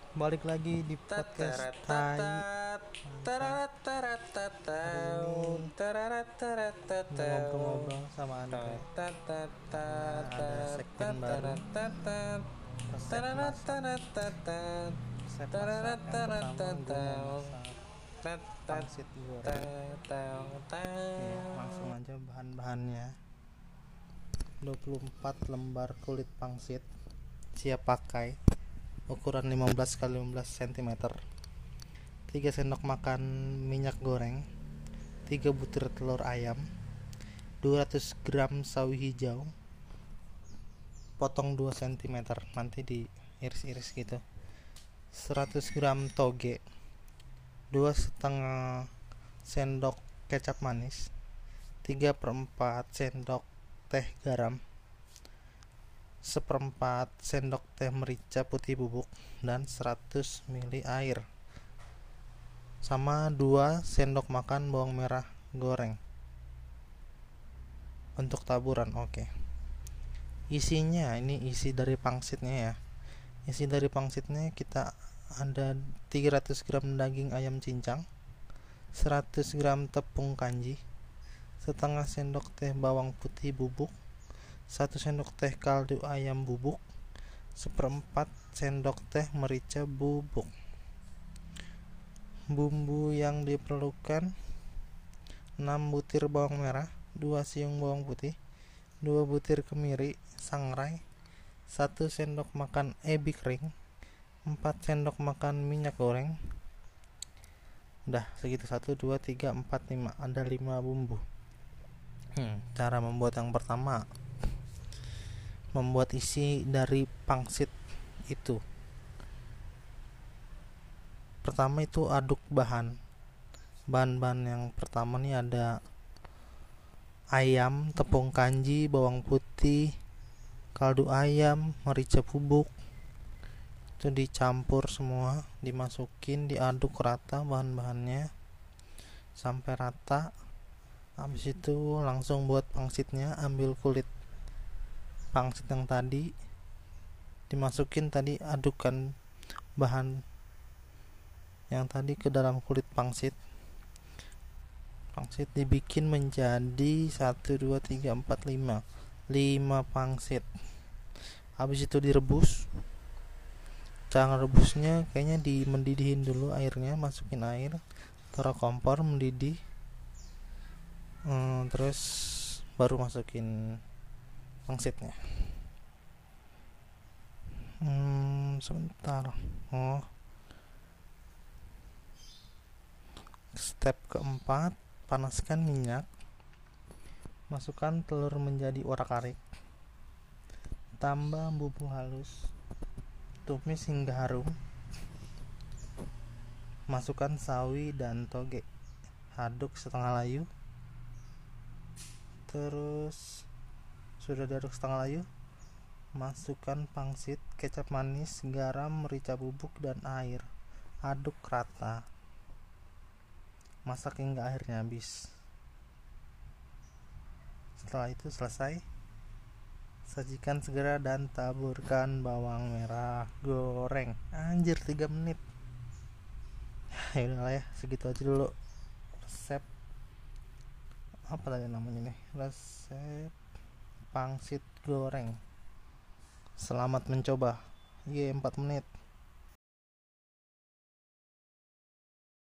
Balik lagi di podcast Tai. Mau ngobrol-ngobrol sama Andre. Karena ada segmen baru. Resep masak yang pertama gue mau masak pangsit goreng. Oke, langsung aja bahan-bahannya. 24 lembar kulit pangsit siap pakai, ukuran 15 x 15 cm. 3 sendok makan minyak goreng, 3 butir telur ayam, 200 gram sawi hijau potong 2 cm, nanti diiris-iris gitu, 100 gram toge, 2,5 sendok kecap manis, 3/4 sendok teh garam, 1/4 sendok teh merica putih bubuk, dan 100 ml air, sama 2 sendok makan bawang merah goreng untuk taburan. Oke. Isinya, ini isi dari pangsitnya ya. Isi dari pangsitnya kita ada 300 gram daging ayam cincang, 100 gram tepung kanji, setengah sendok teh bawang putih bubuk, 1 sendok teh kaldu ayam bubuk, 1/4 sendok teh merica bubuk. Bumbu yang diperlukan: 6 butir bawang merah, 2 siung bawang putih, 2 butir kemiri sangrai, 1 sendok makan ebi kering, 4 sendok makan minyak goreng. Udah segitu, 1, 2, 3, 4, 5, ada 5 bumbu. Cara membuat yang pertama, membuat isi dari pangsit itu. Pertama itu aduk bahan-bahan yang pertama nih ada ayam, tepung kanji, bawang putih, kaldu ayam, merica bubuk. Itu dicampur semua, dimasukin, diaduk rata bahan-bahannya sampai rata. Habis itu langsung buat pangsitnya. Ambil kulit pangsit yang tadi, dimasukin, tadi adukan bahan yang tadi ke dalam kulit pangsit. Pangsit dibikin menjadi 1, 2, 3, 4, 5 pangsit. Habis itu direbus. Cara rebusnya kayaknya mendidihin dulu airnya, masukin air, taruh kompor mendidih, terus baru masukin pangsitnya. Sebentar. Step keempat, panaskan minyak, masukkan telur menjadi orak-arik, tambah bumbu halus, tumis hingga harum, masukkan sawi dan toge, aduk setengah layu. Terus sudah diaduk setengah layu, masukkan pangsit, kecap manis, garam, merica bubuk, dan air. Aduk rata, masak hingga airnya habis. Setelah itu selesai, sajikan segera dan taburkan bawang merah goreng. Anjir, 3 menit. Ya udahlah ya, segitu aja dulu resep apa tadi namanya nih, resep pangsit goreng. Selamat mencoba. 4 menit.